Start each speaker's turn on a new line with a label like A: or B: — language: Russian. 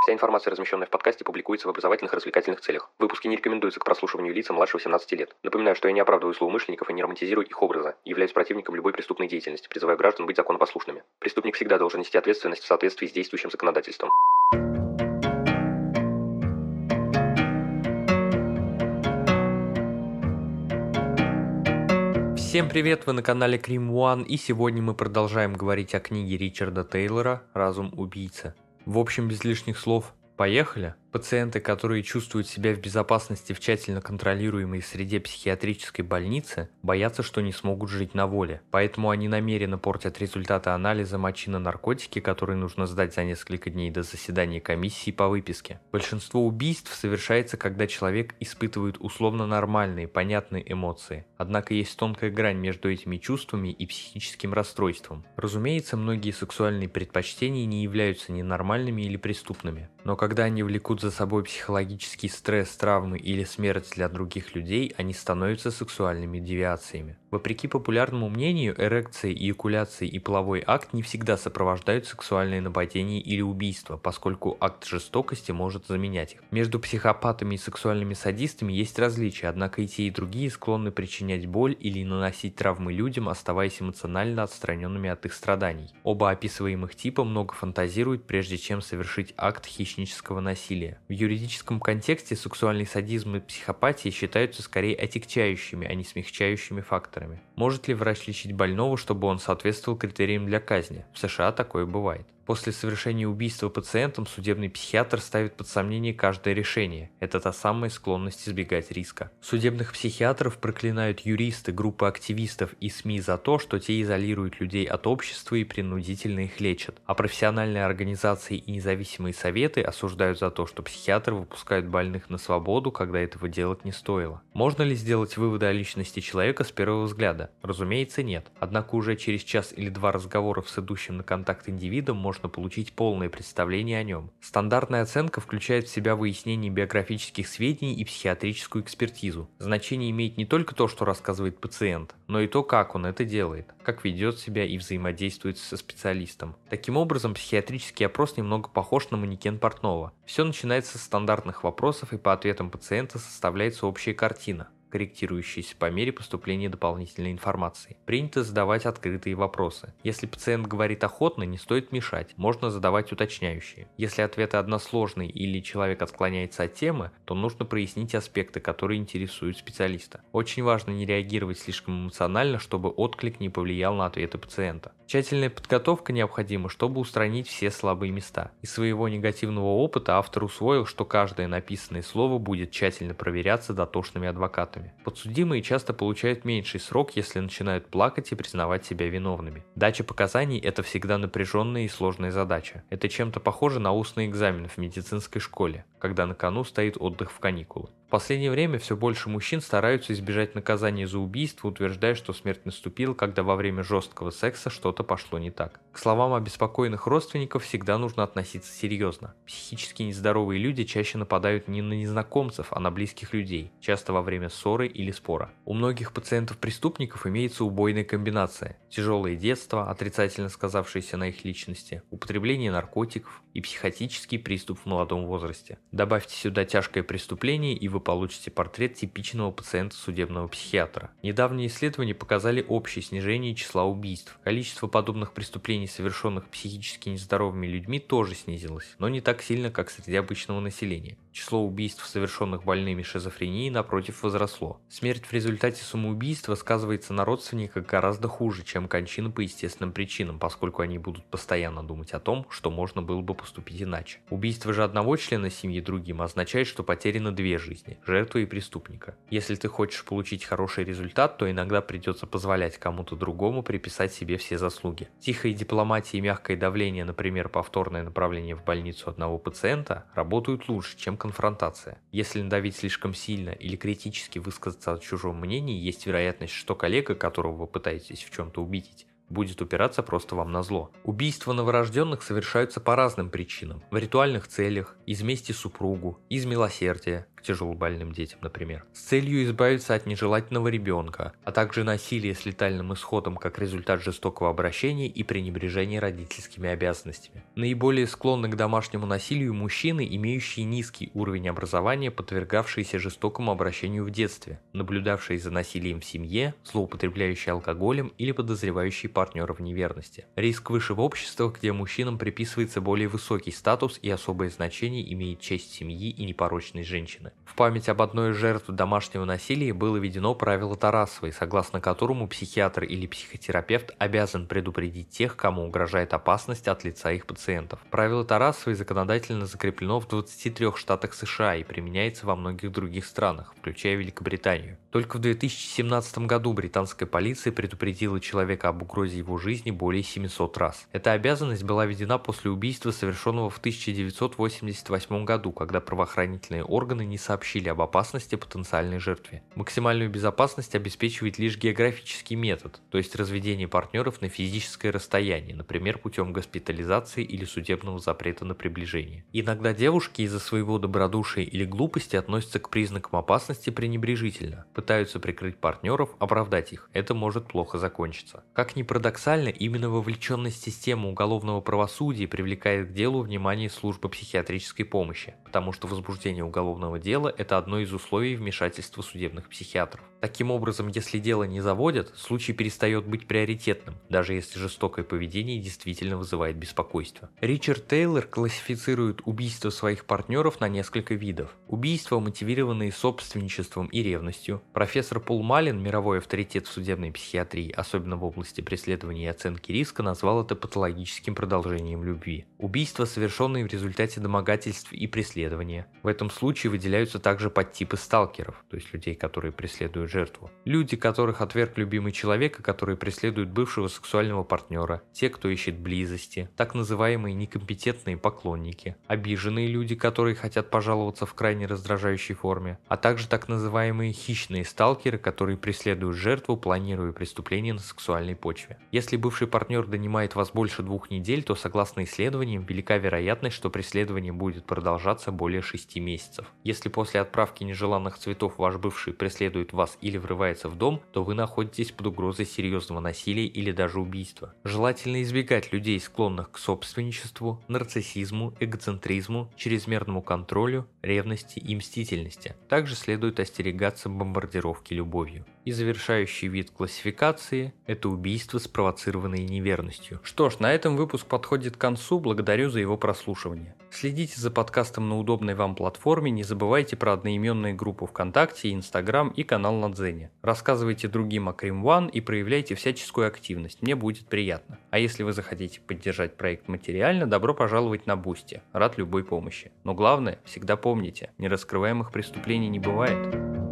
A: Вся информация, размещенная в подкасте, публикуется в образовательных и развлекательных целях. Выпуски не рекомендуются к прослушиванию лицам младше 18 лет. Напоминаю, что я не оправдываю злоумышленников и не романтизирую их образа, являюсь противником любой преступной деятельности, призываю граждан быть законопослушными. Преступник всегда должен нести ответственность в соответствии с действующим законодательством.
B: Всем привет, вы на канале Крим One, и сегодня мы продолжаем говорить о книге Ричарда Тейлора «Разум убийцы». В общем, без лишних слов, поехали! Пациенты, которые чувствуют себя в безопасности в тщательно контролируемой среде психиатрической больницы, боятся, что не смогут жить на воле. Поэтому они намеренно портят результаты анализа мочи на наркотики, которые нужно сдать за несколько дней до заседания комиссии по выписке. Большинство убийств совершается, когда человек испытывает условно нормальные, понятные эмоции. Однако есть тонкая грань между этими чувствами и психическим расстройством. Разумеется, многие сексуальные предпочтения не являются ненормальными или преступными. Но когда они влекут за собой психологический стресс, травмы или смерть для других людей, они становятся сексуальными девиациями. Вопреки популярному мнению, эрекция, эякуляция и половой акт не всегда сопровождают сексуальное нападение или убийство, поскольку акт жестокости может заменять их. Между психопатами и сексуальными садистами есть различия, однако и те, и другие склонны причинять боль или наносить травмы людям, оставаясь эмоционально отстраненными от их страданий. Оба описываемых типа много фантазируют, прежде чем совершить акт хищнического насилия. В юридическом контексте сексуальный садизм и психопатия считаются скорее отягчающими, а не смягчающими факторами. Может ли врач лечить больного, чтобы он соответствовал критериям для казни? В США такое бывает. После совершения убийства пациентом судебный психиатр ставит под сомнение каждое решение. Это та самая склонность избегать риска. Судебных психиатров проклинают юристы, группы активистов и СМИ за то, что те изолируют людей от общества и принудительно их лечат. А профессиональные организации и независимые советы осуждают за то, что психиатры выпускают больных на свободу, когда этого делать не стоило. Можно ли сделать выводы о личности человека с первого взгляда? Разумеется, нет. Однако уже через час или два разговоров с идущим на контакт индивидом можно получить полное представление о нем. Стандартная оценка включает в себя выяснение биографических сведений и психиатрическую экспертизу. Значение имеет не только то, что рассказывает пациент, но и то, как он это делает, как ведет себя и взаимодействует со специалистом. Таким образом, психиатрический опрос немного похож на манекен портного. Все начинается с стандартных вопросов, и по ответам пациента составляется общая картина, корректирующиеся по мере поступления дополнительной информации. Принято задавать открытые вопросы. Если пациент говорит охотно, не стоит мешать, можно задавать уточняющие. Если ответы односложные или человек отклоняется от темы, то нужно прояснить аспекты, которые интересуют специалиста. Очень важно не реагировать слишком эмоционально, чтобы отклик не повлиял на ответы пациента. Тщательная подготовка необходима, чтобы устранить все слабые места. Из своего негативного опыта автор усвоил, что каждое написанное слово будет тщательно проверяться дотошными адвокатами. Подсудимые часто получают меньший срок, если начинают плакать и признавать себя виновными. Дача показаний – это всегда напряженная и сложная задача. Это чем-то похоже на устный экзамен в медицинской школе, когда на кону стоит отдых в каникулы. В последнее время все больше мужчин стараются избежать наказания за убийство, утверждая, что смерть наступила, когда во время жесткого секса что-то пошло не так. К словам обеспокоенных родственников всегда нужно относиться серьезно. Психически нездоровые люди чаще нападают не на незнакомцев, а на близких людей, часто во время ссоры или спора. У многих пациентов-преступников имеется убойная комбинация: тяжелое детство, отрицательно сказавшееся на их личности, употребление наркотиков и психотический приступ в молодом возрасте. Добавьте сюда тяжкое преступление, и вы получите портрет типичного пациента судебного психиатра. Недавние исследования показали общее снижение числа убийств. Количество подобных преступлений, совершенных психически нездоровыми людьми, тоже снизилось, но не так сильно, как среди обычного населения. Число убийств, совершенных больными шизофренией, напротив, возросло. Смерть в результате самоубийства сказывается на родственниках гораздо хуже, чем кончина по естественным причинам, поскольку они будут постоянно думать о том, что можно было бы поступить иначе. Убийство же одного члена семьи другим означает, что потеряно две жизни – жертвы и преступника. Если ты хочешь получить хороший результат, то иногда придется позволять кому-то другому приписать себе все заслуги. Тихая дипломатия и мягкое давление, например, повторное направление в больницу одного пациента, работают лучше, чем конфронтация. Если надавить слишком сильно или критически высказаться о чужом мнении, есть вероятность, что коллега, которого вы пытаетесь в чем-то убедить, будет упираться просто вам на зло. Убийства новорожденных совершаются по разным причинам. В ритуальных целях, из мести супругу, из милосердия, к тяжелобольным детям, например, с целью избавиться от нежелательного ребенка, а также насилие с летальным исходом как результат жестокого обращения и пренебрежения родительскими обязанностями. Наиболее склонны к домашнему насилию мужчины, имеющие низкий уровень образования, подвергавшиеся жестокому обращению в детстве, наблюдавшие за насилием в семье, злоупотребляющие алкоголем или подозревающие партнера в неверности. Риск выше в обществах, где мужчинам приписывается более высокий статус и особое значение имеет честь семьи и непорочной женщины. В память об одной из жертв домашнего насилия было введено правило Тарасовой, согласно которому психиатр или психотерапевт обязан предупредить тех, кому угрожает опасность от лица их пациентов. Правило Тарасовой законодательно закреплено в 23 штатах США и применяется во многих других странах, включая Великобританию. Только в 2017 году британская полиция предупредила человека об угрозе его жизни более 700 раз. Эта обязанность была введена после убийства, совершенного в 1988 году, когда правоохранительные органы не сообщили об опасности потенциальной жертве. Максимальную безопасность обеспечивает лишь географический метод, то есть разведение партнеров на физическое расстояние, например, путем госпитализации или судебного запрета на приближение. Иногда девушки из-за своего добродушия или глупости относятся к признакам опасности пренебрежительно, пытаются прикрыть партнеров, оправдать их. Это может плохо закончиться. Как ни парадоксально, именно вовлеченность системы уголовного правосудия привлекает к делу внимание службы психиатрической помощи, потому что возбуждение уголовного дела – это одно из условий вмешательства судебных психиатров. Таким образом, если дело не заводят, случай перестает быть приоритетным, даже если жестокое поведение действительно вызывает беспокойство. Ричард Тейлор классифицирует убийства своих партнеров на несколько видов. Убийства, мотивированные собственничеством и ревностью. Профессор Пол Малин, мировой авторитет в судебной психиатрии, особенно в области преследования и оценки риска, назвал это патологическим продолжением любви. Убийства, совершенные в результате домогательств и преследования. В этом случае выделяются также подтипы сталкеров, то есть людей, которые преследуют жертву. Люди, которых отверг любимый человек, и которые преследуют бывшего сексуального партнера. Те, кто ищет близости. Так называемые некомпетентные поклонники. Обиженные люди, которые хотят пожаловаться в крайне раздражающей форме. А также так называемые хищные сталкеры, которые преследуют жертву, планируя преступления на сексуальной почве. Если бывший партнер донимает вас больше 2 недель, то согласно исследованиям велика вероятность, что преследование будет продолжаться более 6 месяцев. Если после отправки нежеланных цветов ваш бывший преследует вас или врывается в дом, то вы находитесь под угрозой серьезного насилия или даже убийства. Желательно избегать людей, склонных к собственничеству, нарциссизму, эгоцентризму, чрезмерному контролю, ревности и мстительности. Также следует остерегаться бомбардировки любовью. И завершающий вид классификации – это убийства, спровоцированные неверностью. Что ж, на этом выпуск подходит к концу, благодарю за его прослушивание. Следите за подкастом на удобной вам платформе, не забывайте про одноименные группы ВКонтакте, Инстаграм и канал на Дзене. Рассказывайте другим о Крим One и проявляйте всяческую активность, мне будет приятно. А если вы захотите поддержать проект материально, добро пожаловать на Бусти, рад любой помощи. Но главное, всегда помните, нераскрываемых преступлений не бывает.